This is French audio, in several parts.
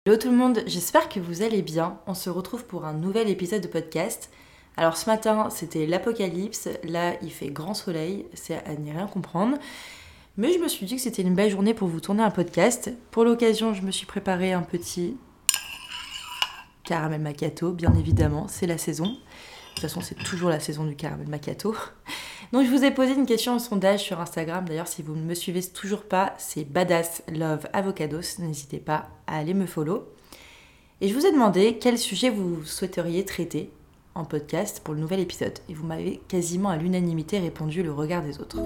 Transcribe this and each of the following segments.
Hello tout le monde, j'espère que vous allez bien. On se retrouve pour un nouvel épisode de podcast. Alors ce matin, c'était l'apocalypse. Là, il fait grand soleil, c'est à n'y rien comprendre. Mais je me suis dit que c'était une belle journée pour vous tourner un podcast. Pour l'occasion, je me suis préparé un petit caramel macchiato, bien évidemment, c'est la saison. De toute façon, c'est toujours la saison du caramel macchiato. Donc je vous ai posé une question en sondage sur Instagram. D'ailleurs, si vous ne me suivez toujours pas, c'est Badass Love Avocados. N'hésitez pas à aller me follow. Et je vous ai demandé quel sujet vous souhaiteriez traiter en podcast pour le nouvel épisode. Et vous m'avez quasiment à l'unanimité répondu le regard des autres.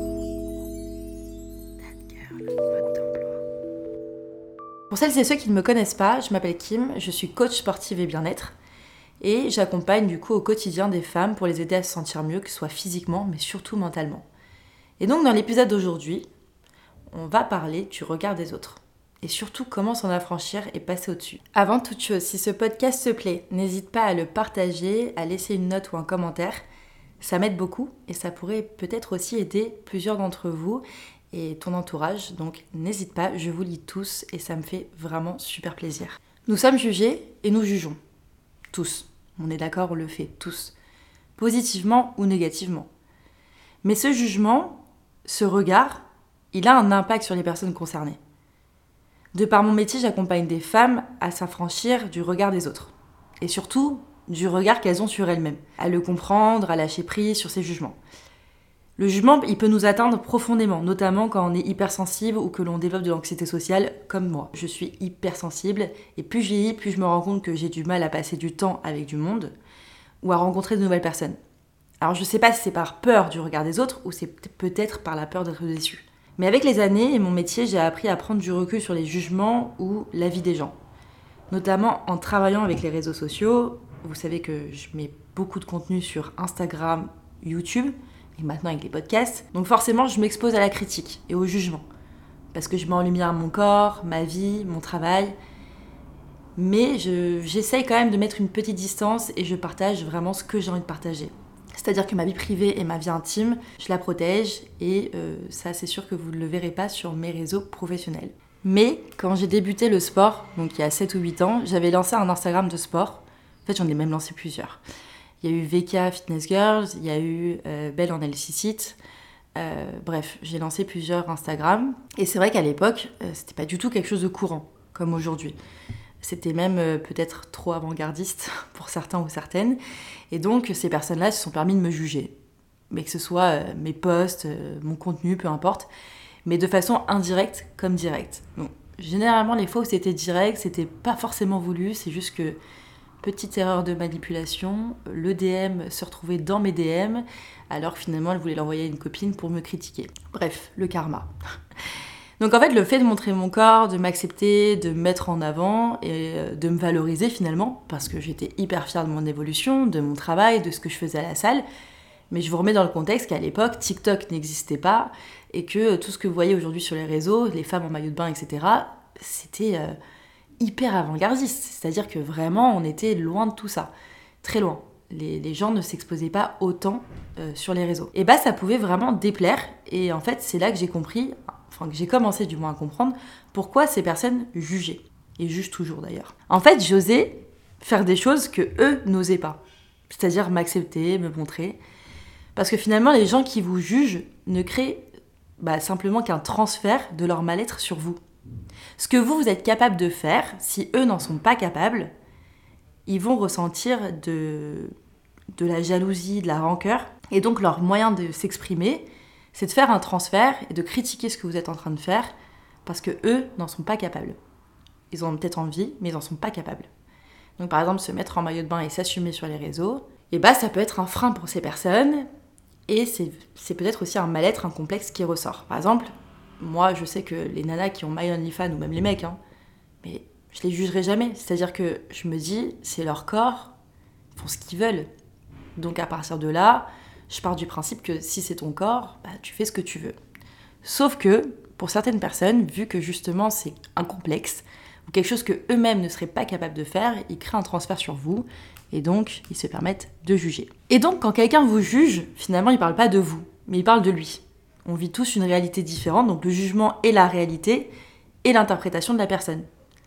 Pour celles et ceux qui ne me connaissent pas, je m'appelle Kim, je suis coach sportive et bien-être. Et j'accompagne du coup au quotidien des femmes pour les aider à se sentir mieux, que ce soit physiquement, mais surtout mentalement. Et donc dans l'épisode d'aujourd'hui, on va parler du regard des autres. Et surtout comment s'en affranchir et passer au-dessus. Avant toute chose, si ce podcast te plaît, n'hésite pas à le partager, à laisser une note ou un commentaire. Ça m'aide beaucoup et ça pourrait peut-être aussi aider plusieurs d'entre vous et ton entourage. Donc n'hésite pas, je vous lis tous et ça me fait vraiment super plaisir. Nous sommes jugés et nous jugeons. Tous. On est d'accord, on le fait, tous. Positivement ou négativement. Mais ce jugement, ce regard, il a un impact sur les personnes concernées. De par mon métier, j'accompagne des femmes à s'affranchir du regard des autres. Et surtout, du regard qu'elles ont sur elles-mêmes. À le comprendre, à lâcher prise sur ces jugements. Le jugement, il peut nous atteindre profondément, notamment quand on est hypersensible ou que l'on développe de l'anxiété sociale, comme moi. Je suis hypersensible, et plus je vieillis, plus je me rends compte que j'ai du mal à passer du temps avec du monde, ou à rencontrer de nouvelles personnes. Alors je sais pas si c'est par peur du regard des autres, ou c'est peut-être par la peur d'être déçu. Mais avec les années et mon métier, j'ai appris à prendre du recul sur les jugements ou l'avis des gens. Notamment en travaillant avec les réseaux sociaux. Vous savez que je mets beaucoup de contenu sur Instagram, YouTube, et maintenant avec les podcasts. Donc forcément, je m'expose à la critique et au jugement. Parce que je mets en lumière mon corps, ma vie, mon travail. Mais j'essaye quand même de mettre une petite distance et je partage vraiment ce que j'ai envie de partager. C'est-à-dire que ma vie privée et ma vie intime, je la protège et ça c'est sûr que vous ne le verrez pas sur mes réseaux professionnels. Mais quand j'ai débuté le sport, donc il y a 7 ou 8 ans, j'avais lancé un Instagram de sport. En fait j'en ai même lancé plusieurs. Il y a eu VK Fitness Girls, il y a eu Belle en LCCit. Bref, j'ai lancé plusieurs Instagram. Et c'est vrai qu'à l'époque, c'était pas du tout quelque chose de courant, comme aujourd'hui. C'était même peut-être trop avant-gardiste pour certains ou certaines. Et donc, ces personnes-là se sont permis de me juger. Mais que ce soit mes posts, mon contenu, peu importe. Mais de façon indirecte comme directe. Donc, généralement, les fois où c'était direct, c'était pas forcément voulu. C'est juste que, petite erreur de manipulation, le DM se retrouvait dans mes DM, alors finalement, elle voulait l'envoyer à une copine pour me critiquer. Bref, le karma. Donc en fait, le fait de montrer mon corps, de m'accepter, de me mettre en avant et de me valoriser finalement, parce que j'étais hyper fière de mon évolution, de mon travail, de ce que je faisais à la salle. Mais je vous remets dans le contexte qu'à l'époque, TikTok n'existait pas et que tout ce que vous voyez aujourd'hui sur les réseaux, les femmes en maillot de bain, etc., c'était hyper avant-gardiste. C'est-à-dire que vraiment, on était loin de tout ça. Très loin. Les gens ne s'exposaient pas autant sur les réseaux. Et bah ça pouvait vraiment déplaire. Et en fait, c'est là que j'ai compris, enfin que j'ai commencé du moins à comprendre, pourquoi ces personnes jugeaient. Et jugent toujours d'ailleurs. En fait, j'osais faire des choses que eux n'osaient pas. C'est-à-dire m'accepter, me montrer. Parce que finalement, les gens qui vous jugent ne créent simplement qu'un transfert de leur mal-être sur vous. Ce que vous êtes capable de faire, si eux n'en sont pas capables, ils vont ressentir de la jalousie, de la rancœur. Et donc leur moyen de s'exprimer, c'est de faire un transfert et de critiquer ce que vous êtes en train de faire parce que eux n'en sont pas capables. Ils en ont peut-être envie, mais ils n'en sont pas capables. Donc par exemple, se mettre en maillot de bain et s'assumer sur les réseaux, et ça peut être un frein pour ces personnes et c'est peut-être aussi un mal-être, un complexe qui ressort. Par exemple, moi je sais que les nanas qui ont My OnlyFans ou même les mecs, mais je les jugerai jamais. C'est-à-dire que je me dis, c'est leur corps, ils font ce qu'ils veulent. Donc à partir de là, je pars du principe que si c'est ton corps, tu fais ce que tu veux. Sauf que, pour certaines personnes, vu que justement c'est un complexe, ou quelque chose que eux-mêmes ne seraient pas capables de faire, ils créent un transfert sur vous, et donc ils se permettent de juger. Et donc quand quelqu'un vous juge, finalement il parle pas de vous, mais il parle de lui. On vit tous une réalité différente, donc le jugement est la réalité et l'interprétation de la personne.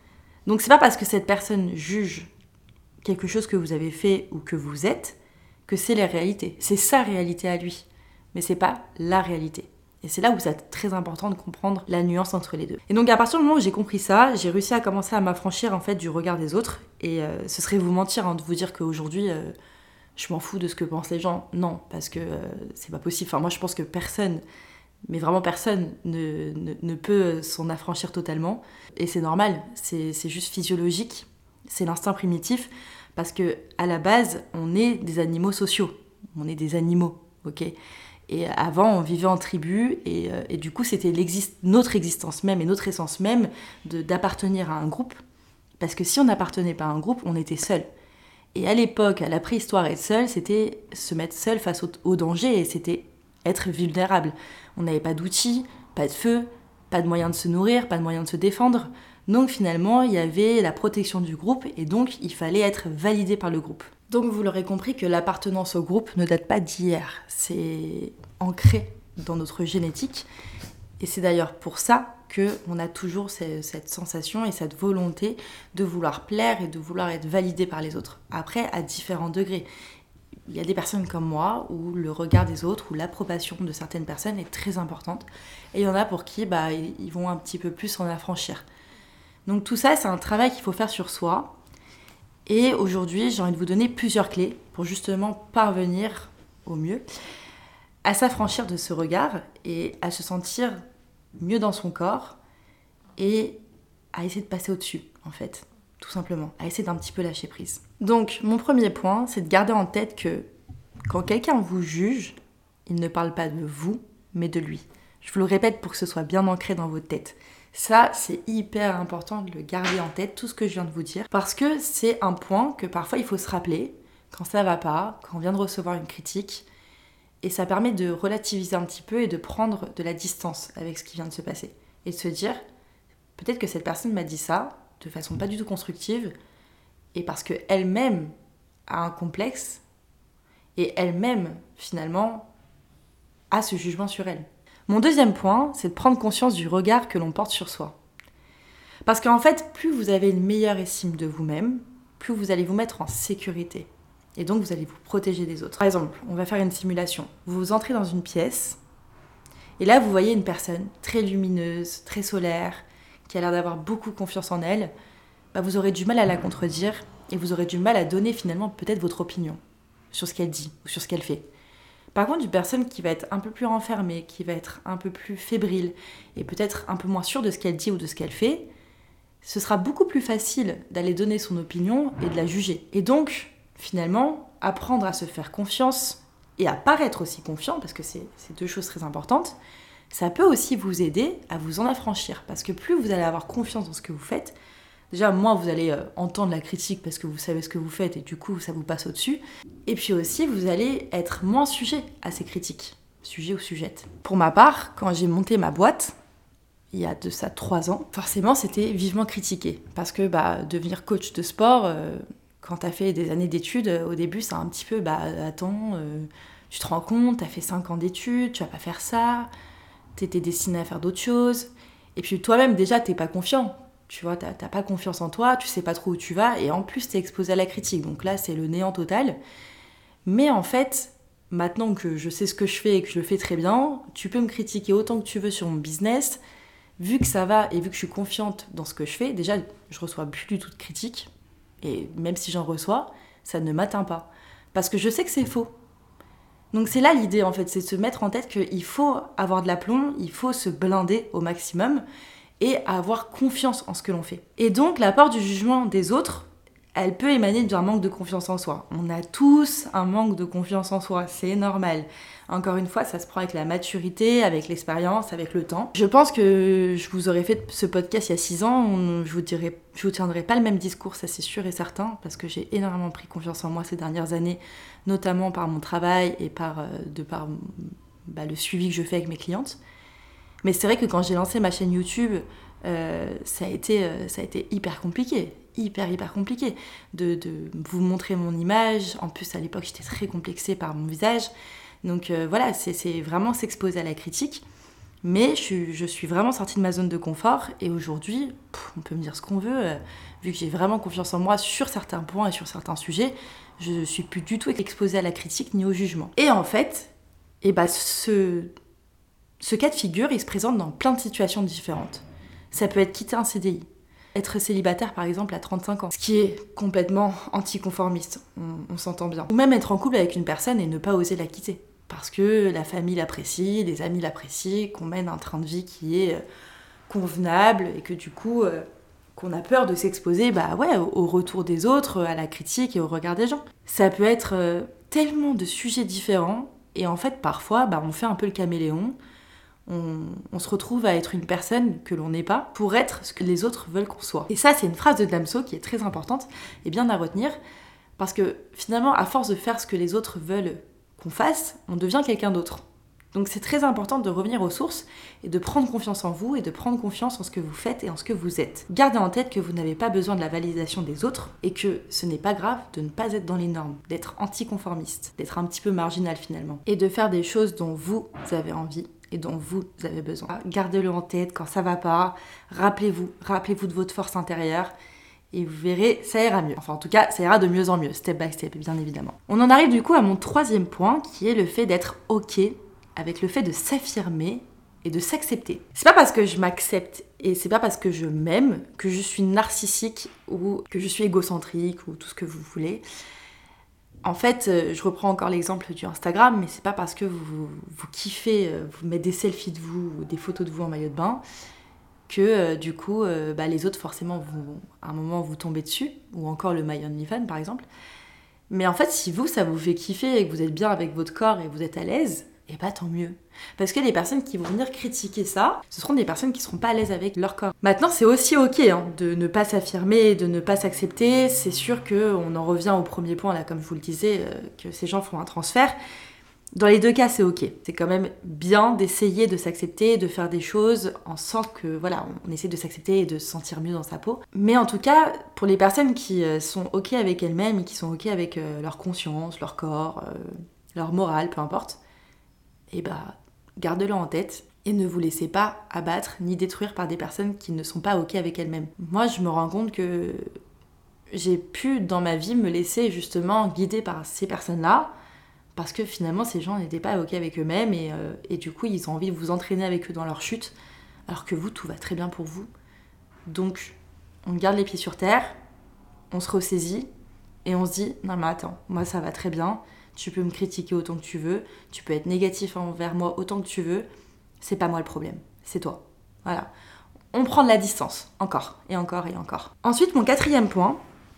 Donc c'est pas parce que cette personne juge quelque chose que vous avez fait ou que vous êtes que c'est la réalité. C'est sa réalité à lui, mais c'est pas la réalité. Et c'est là où c'est très important de comprendre la nuance entre les deux. Et donc à partir du moment où j'ai compris ça, j'ai réussi à commencer à m'affranchir en fait du regard des autres. Et ce serait vous mentir de vous dire qu'aujourd'hui je m'en fous de ce que pensent les gens. Non, parce que c'est pas possible. Enfin moi je pense que personne, mais vraiment personne ne peut s'en affranchir totalement. Et c'est normal, c'est juste physiologique, c'est l'instinct primitif. Parce que à la base, on est des animaux sociaux. On est des animaux, ok ? Et avant, on vivait en tribu, et du coup, c'était notre existence même et notre essence même d'appartenir à un groupe. Parce que si on n'appartenait pas à un groupe, on était seul. Et à l'époque, à la préhistoire, être seul, c'était se mettre seul face au danger, et c'était être vulnérable. On n'avait pas d'outils, pas de feu, pas de moyens de se nourrir, pas de moyens de se défendre. Donc finalement, il y avait la protection du groupe, et donc il fallait être validé par le groupe. Donc vous l'aurez compris que l'appartenance au groupe ne date pas d'hier, c'est ancré dans notre génétique, et c'est d'ailleurs pour ça qu'on a toujours cette sensation et cette volonté de vouloir plaire et de vouloir être validé par les autres. Après, à différents degrés. Il y a des personnes comme moi où le regard des autres ou l'approbation de certaines personnes est très importante, et il y en a pour qui ils vont un petit peu plus s'en affranchir. Donc tout ça, c'est un travail qu'il faut faire sur soi. Et aujourd'hui, j'ai envie de vous donner plusieurs clés pour justement parvenir au mieux à s'affranchir de ce regard et à se sentir mieux dans son corps et à essayer de passer au-dessus, en fait, tout simplement, à essayer d'un petit peu lâcher prise. Donc, mon premier point, c'est de garder en tête que quand quelqu'un vous juge, il ne parle pas de vous, mais de lui. Je vous le répète pour que ce soit bien ancré dans votre tête. Ça, c'est hyper important de le garder en tête, tout ce que je viens de vous dire, parce que c'est un point que parfois il faut se rappeler quand ça va pas, quand on vient de recevoir une critique, et ça permet de relativiser un petit peu et de prendre de la distance avec ce qui vient de se passer. Et de se dire, peut-être que cette personne m'a dit ça de façon pas du tout constructive, et parce qu'elle-même a un complexe, et elle-même, finalement, a ce jugement sur elle. Mon deuxième point, c'est de prendre conscience du regard que l'on porte sur soi. Parce qu'en fait, plus vous avez une meilleure estime de vous-même, plus vous allez vous mettre en sécurité. Et donc, vous allez vous protéger des autres. Par exemple, on va faire une simulation. Vous entrez dans une pièce, et là, vous voyez une personne très lumineuse, très solaire, qui a l'air d'avoir beaucoup confiance en elle. Vous aurez du mal à la contredire, et vous aurez du mal à donner finalement peut-être votre opinion sur ce qu'elle dit ou sur ce qu'elle fait. Par contre, une personne qui va être un peu plus renfermée, qui va être un peu plus fébrile et peut-être un peu moins sûre de ce qu'elle dit ou de ce qu'elle fait, ce sera beaucoup plus facile d'aller donner son opinion et de la juger. Et donc, finalement, apprendre à se faire confiance et à paraître aussi confiant, parce que c'est deux choses très importantes, ça peut aussi vous aider à vous en affranchir. Parce que plus vous allez avoir confiance dans ce que vous faites, déjà, moins vous allez entendre la critique parce que vous savez ce que vous faites et du coup, ça vous passe au-dessus. Et puis aussi, vous allez être moins sujet à ces critiques, sujet ou sujette. Pour ma part, quand j'ai monté ma boîte, il y a de ça 3 ans, forcément, c'était vivement critiqué. Parce que devenir coach de sport, quand t'as fait des années d'études, au début, c'est un petit peu, attends, tu te rends compte, t'as fait 5 ans d'études, tu vas pas faire ça, t'étais destiné à faire d'autres choses. Et puis toi-même, déjà, t'es pas confiant. Tu vois, t'as pas confiance en toi, tu sais pas trop où tu vas, et en plus t'es exposé à la critique, donc là c'est le néant total. Mais en fait, maintenant que je sais ce que je fais et que je le fais très bien, tu peux me critiquer autant que tu veux sur mon business, vu que ça va et vu que je suis confiante dans ce que je fais, déjà je reçois plus du tout de critiques, et même si j'en reçois, ça ne m'atteint pas, parce que je sais que c'est faux. Donc c'est là l'idée en fait, c'est de se mettre en tête qu'il faut avoir de l'aplomb, il faut se blinder au maximum, et à avoir confiance en ce que l'on fait. Et donc, la part du jugement des autres, elle peut émaner d'un manque de confiance en soi. On a tous un manque de confiance en soi, c'est normal. Encore une fois, ça se prend avec la maturité, avec l'expérience, avec le temps. Je pense que je vous aurais fait ce podcast il y a 6 ans, je vous tiendrai pas le même discours, ça c'est sûr et certain, parce que j'ai énormément pris confiance en moi ces dernières années, notamment par mon travail et par le suivi que je fais avec mes clientes. Mais c'est vrai que quand j'ai lancé ma chaîne YouTube, ça a été hyper compliqué, hyper compliqué de vous montrer mon image. En plus, à l'époque, j'étais très complexée par mon visage. Donc voilà, c'est vraiment s'exposer à la critique. Mais je suis vraiment sortie de ma zone de confort et aujourd'hui, on peut me dire ce qu'on veut, vu que j'ai vraiment confiance en moi sur certains points et sur certains sujets, je ne suis plus du tout exposée à la critique ni au jugement. Et en fait, ce cas de figure, il se présente dans plein de situations différentes. Ça peut être quitter un CDI, être célibataire par exemple à 35 ans, ce qui est complètement anticonformiste, on s'entend bien. Ou même être en couple avec une personne et ne pas oser la quitter. Parce que la famille l'apprécie, les amis l'apprécient, qu'on mène un train de vie qui est convenable et que du coup, qu'on a peur de s'exposer au retour des autres, à la critique et au regard des gens. Ça peut être tellement de sujets différents et en fait parfois on fait un peu le caméléon, on se retrouve à être une personne que l'on n'est pas pour être ce que les autres veulent qu'on soit. Et ça c'est une phrase de Damso qui est très importante et bien à retenir parce que finalement à force de faire ce que les autres veulent qu'on fasse, on devient quelqu'un d'autre. Donc c'est très important de revenir aux sources et de prendre confiance en vous et de prendre confiance en ce que vous faites et en ce que vous êtes. Gardez en tête que vous n'avez pas besoin de la validation des autres et que ce n'est pas grave de ne pas être dans les normes, d'être anticonformiste, d'être un petit peu marginal finalement et de faire des choses dont vous avez envie et dont vous avez besoin. Gardez-le en tête quand ça va pas, rappelez-vous de votre force intérieure. Et vous verrez, ça ira mieux. Enfin, en tout cas, ça ira de mieux en mieux, step by step, bien évidemment. On en arrive du coup à mon troisième point, qui est le fait d'être OK avec le fait de s'affirmer et de s'accepter. C'est pas parce que je m'accepte et c'est pas parce que je m'aime que je suis narcissique ou que je suis égocentrique ou tout ce que vous voulez. En fait, je reprends encore l'exemple du Instagram, mais c'est pas parce que vous kiffez, vous mettez des selfies de vous ou des photos de vous en maillot de bain que du coup, les autres forcément vont à un moment vous tomber dessus, ou encore le My OnlyFans par exemple. Mais en fait, si vous, ça vous fait kiffer et que vous êtes bien avec votre corps et que vous êtes à l'aise, et tant mieux. Parce que les personnes qui vont venir critiquer ça, ce seront des personnes qui seront pas à l'aise avec leur corps. Maintenant, c'est aussi ok de ne pas s'affirmer, de ne pas s'accepter. C'est sûr qu'on en revient au premier point, là, comme je vous le disais, que ces gens font un transfert. Dans les deux cas, c'est ok. C'est quand même bien d'essayer de s'accepter, de faire des choses en sorte que, on essaie de s'accepter et de se sentir mieux dans sa peau. Mais en tout cas, pour les personnes qui sont ok avec elles-mêmes et qui sont ok avec leur conscience, leur corps, leur morale, peu importe, gardez-le en tête et ne vous laissez pas abattre ni détruire par des personnes qui ne sont pas ok avec elles-mêmes. Moi, je me rends compte que j'ai pu, dans ma vie, me laisser justement guider par ces personnes-là, parce que finalement ces gens n'étaient pas ok avec eux-mêmes et du coup ils ont envie de vous entraîner avec eux dans leur chute alors que vous tout va très bien pour vous. Donc on garde les pieds sur terre, on se ressaisit et on se dit non mais attends, moi ça va très bien, tu peux me critiquer autant que tu veux, tu peux être négatif envers moi autant que tu veux, c'est pas moi le problème, c'est toi. Voilà. On prend de la distance, encore et encore et encore. Ensuite mon quatrième point,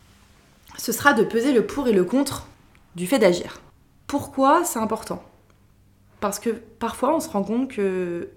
ce sera de peser le pour et le contre du fait d'agir. Pourquoi c'est important ? Parce que parfois on se rend compte que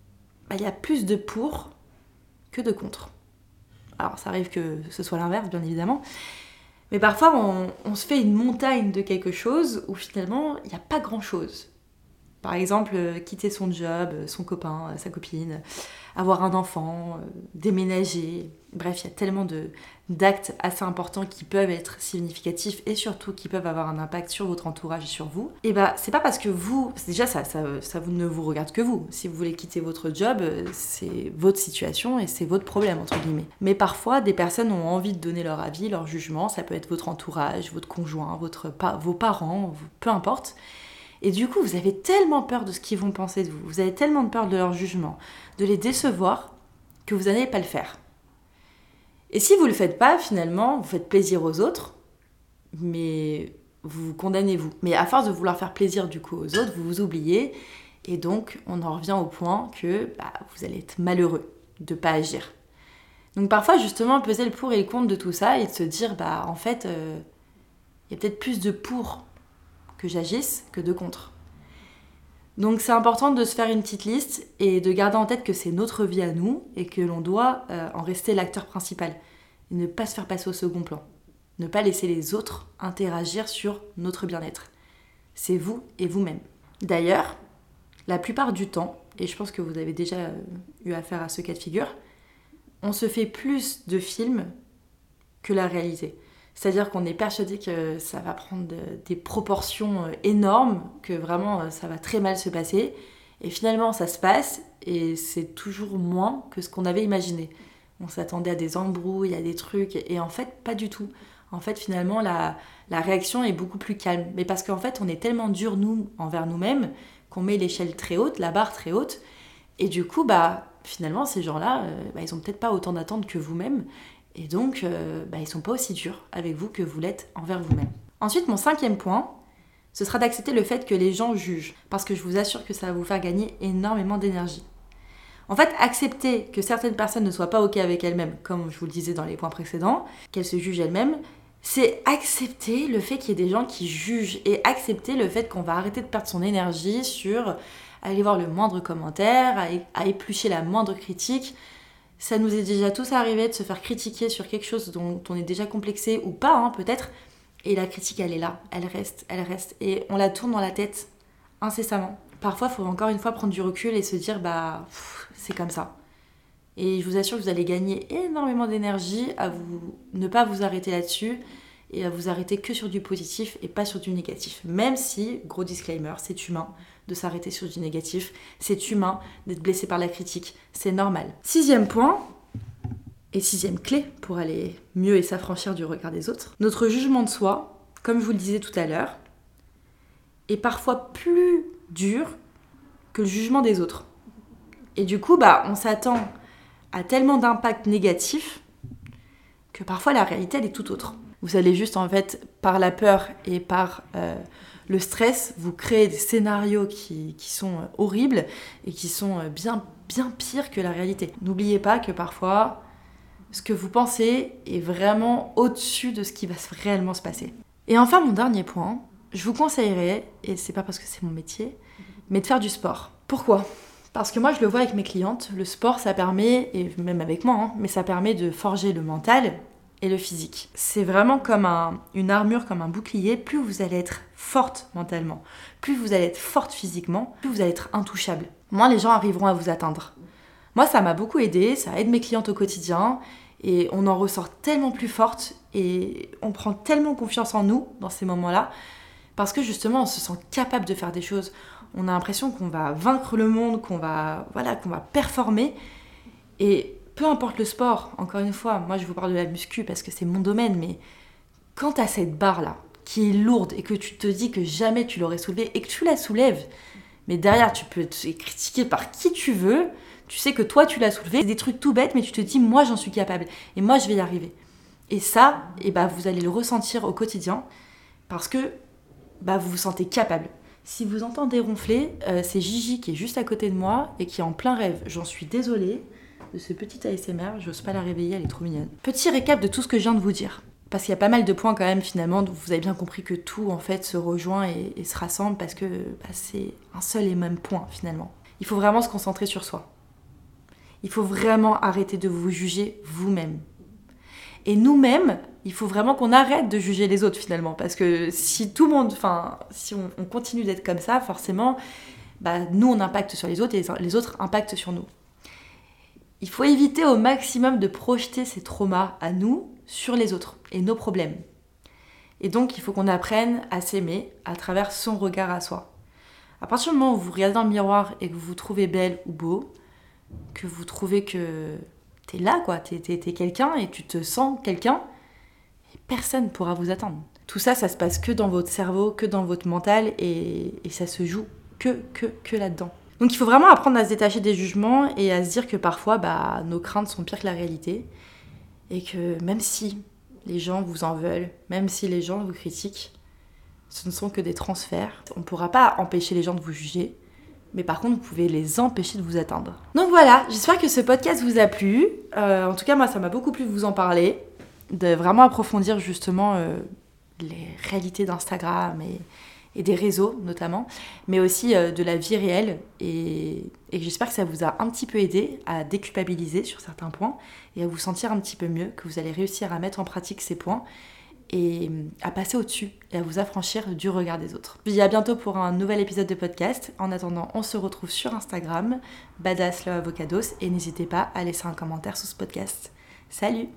y a plus de pour que de contre. Alors ça arrive que ce soit l'inverse bien évidemment, mais parfois on se fait une montagne de quelque chose où finalement il n'y a pas grand chose. Par exemple, quitter son job, son copain, sa copine, avoir un enfant, déménager. Bref, il y a tellement d'actes assez importants qui peuvent être significatifs et surtout qui peuvent avoir un impact sur votre entourage et sur vous. Et c'est pas parce que vous... Déjà, ça vous ne vous regarde que vous. Si vous voulez quitter votre job, c'est votre situation et c'est votre problème, entre guillemets. Mais parfois, des personnes ont envie de donner leur avis, leur jugement. Ça peut être votre entourage, votre conjoint, vos parents, peu importe. Et du coup, vous avez tellement peur de ce qu'ils vont penser de vous, vous avez tellement peur de leur jugement, de les décevoir, que vous n'allez pas le faire. Et si vous ne le faites pas, finalement, vous faites plaisir aux autres, mais vous vous condamnez vous. Mais à force de vouloir faire plaisir du coup aux autres, vous vous oubliez, et donc on en revient au point que vous allez être malheureux de ne pas agir. Donc parfois, justement, peser le pour et le contre de tout ça, et de se dire, en fait, il y a peut-être plus de pour que j'agisse que de contre. Donc c'est important de se faire une petite liste et de garder en tête que c'est notre vie à nous et que l'on doit en rester l'acteur principal et ne pas se faire passer au second plan. Ne pas laisser les autres interagir sur notre bien-être. C'est vous et vous-même. D'ailleurs, la plupart du temps, et je pense que vous avez déjà eu affaire à ce cas de figure, on se fait plus de films que la réalité. C'est-à-dire qu'on est persuadé que ça va prendre des proportions énormes, que vraiment ça va très mal se passer. Et finalement, ça se passe et c'est toujours moins que ce qu'on avait imaginé. On s'attendait à des embrouilles, à des trucs, et en fait, pas du tout. En fait, finalement, la réaction est beaucoup plus calme. Mais parce qu'en fait, on est tellement dur, nous, envers nous-mêmes, qu'on met l'échelle très haute, la barre très haute, et du coup, finalement, ces gens-là, ils ont peut-être pas autant d'attentes que vous-même, et donc, ils sont pas aussi durs avec vous que vous l'êtes envers vous-même. Ensuite, mon 5e point, ce sera d'accepter le fait que les gens jugent, parce que je vous assure que ça va vous faire gagner énormément d'énergie. En fait, accepter que certaines personnes ne soient pas OK avec elles-mêmes, comme je vous le disais dans les points précédents, qu'elles se jugent elles-mêmes, c'est accepter le fait qu'il y ait des gens qui jugent et accepter le fait qu'on va arrêter de perdre son énergie sur aller voir le moindre commentaire, à éplucher la moindre critique. Ça nous est déjà tous arrivé de se faire critiquer sur quelque chose dont on est déjà complexé ou pas, peut-être. Et la critique, elle est là, elle reste. Et on la tourne dans la tête incessamment. Parfois, il faut encore une fois prendre du recul et se dire, c'est comme ça. Et je vous assure que vous allez gagner énormément d'énergie à ne pas vous arrêter là-dessus et à vous arrêter que sur du positif et pas sur du négatif. Même si, gros disclaimer, c'est humain de s'arrêter sur du négatif, c'est humain d'être blessé par la critique, c'est normal. 6e point, et 6e clé pour aller mieux et s'affranchir du regard des autres, notre jugement de soi, comme je vous le disais tout à l'heure, est parfois plus dur que le jugement des autres. Et du coup, on s'attend à tellement d'impact négatif que parfois la réalité, elle est tout autre. Vous allez juste, en fait, par la peur et par le stress, vous créez des scénarios qui sont horribles et qui sont bien pires que la réalité. N'oubliez pas que parfois, ce que vous pensez est vraiment au-dessus de ce qui va réellement se passer. Et enfin, mon dernier point, je vous conseillerais, et c'est pas parce que c'est mon métier, mais de faire du sport. Pourquoi ? Parce que moi, je le vois avec mes clientes, le sport, ça permet, et même avec moi, mais ça permet de forger le mental et le physique. C'est vraiment comme une armure, comme un bouclier. Plus vous allez être forte mentalement, plus vous allez être forte physiquement, plus vous allez être intouchable. Moins les gens arriveront à vous atteindre. Moi, ça m'a beaucoup aidé, ça aide mes clientes au quotidien, et on en ressort tellement plus forte, et on prend tellement confiance en nous dans ces moments-là, parce que justement, on se sent capable de faire des choses. On a l'impression qu'on va vaincre le monde, qu'on va performer. Et peu importe le sport, encore une fois, moi je vous parle de la muscu parce que c'est mon domaine, mais quand tu as cette barre-là, qui est lourde et que tu te dis que jamais tu l'aurais soulevée et que tu la soulèves, mais derrière tu peux te critiquer par qui tu veux, tu sais que toi tu l'as soulevée, c'est des trucs tout bêtes, mais tu te dis moi j'en suis capable et moi je vais y arriver. Et ça, vous allez le ressentir au quotidien parce que vous vous sentez capable. Si vous entendez ronfler, c'est Gigi qui est juste à côté de moi et qui est en plein rêve. J'en suis désolée de ce petit ASMR, j'ose pas la réveiller, elle est trop mignonne. Petit récap de tout ce que je viens de vous dire. Parce qu'il y a pas mal de points quand même finalement, vous avez bien compris que tout en fait se rejoint et se rassemble parce que c'est un seul et même point finalement. Il faut vraiment se concentrer sur soi. Il faut vraiment arrêter de vous juger vous-même. Et nous-mêmes, il faut vraiment qu'on arrête de juger les autres finalement. Parce que si tout le monde, si on continue d'être comme ça, forcément, nous on impacte sur les autres et les autres impactent sur nous. Il faut éviter au maximum de projeter ces traumas à nous sur les autres et nos problèmes. Et donc il faut qu'on apprenne à s'aimer à travers son regard à soi. À partir du moment où vous regardez dans le miroir et que vous vous trouvez belle ou beau, que vous trouvez que t'es là, quoi, t'es quelqu'un et tu te sens quelqu'un, et personne ne pourra vous attendre. Tout ça, ça se passe que dans votre cerveau, que dans votre mental, et ça se joue que là-dedans. Donc il faut vraiment apprendre à se détacher des jugements et à se dire que parfois, nos craintes sont pires que la réalité, et que même si les gens vous en veulent, même si les gens vous critiquent, ce ne sont que des transferts. On ne pourra pas empêcher les gens de vous juger, mais par contre, vous pouvez les empêcher de vous atteindre. Donc voilà, j'espère que ce podcast vous a plu. En tout cas, moi, ça m'a beaucoup plu de vous en parler, de vraiment approfondir justement les réalités d'Instagram et des réseaux notamment, mais aussi de la vie réelle. Et j'espère que ça vous a un petit peu aidé à déculpabiliser sur certains points et à vous sentir un petit peu mieux, que vous allez réussir à mettre en pratique ces points et à passer au-dessus et à vous affranchir du regard des autres. Je vous dis à bientôt pour un nouvel épisode de podcast. En attendant, on se retrouve sur Instagram, badass le avocados, et n'hésitez pas à laisser un commentaire sous ce podcast. Salut!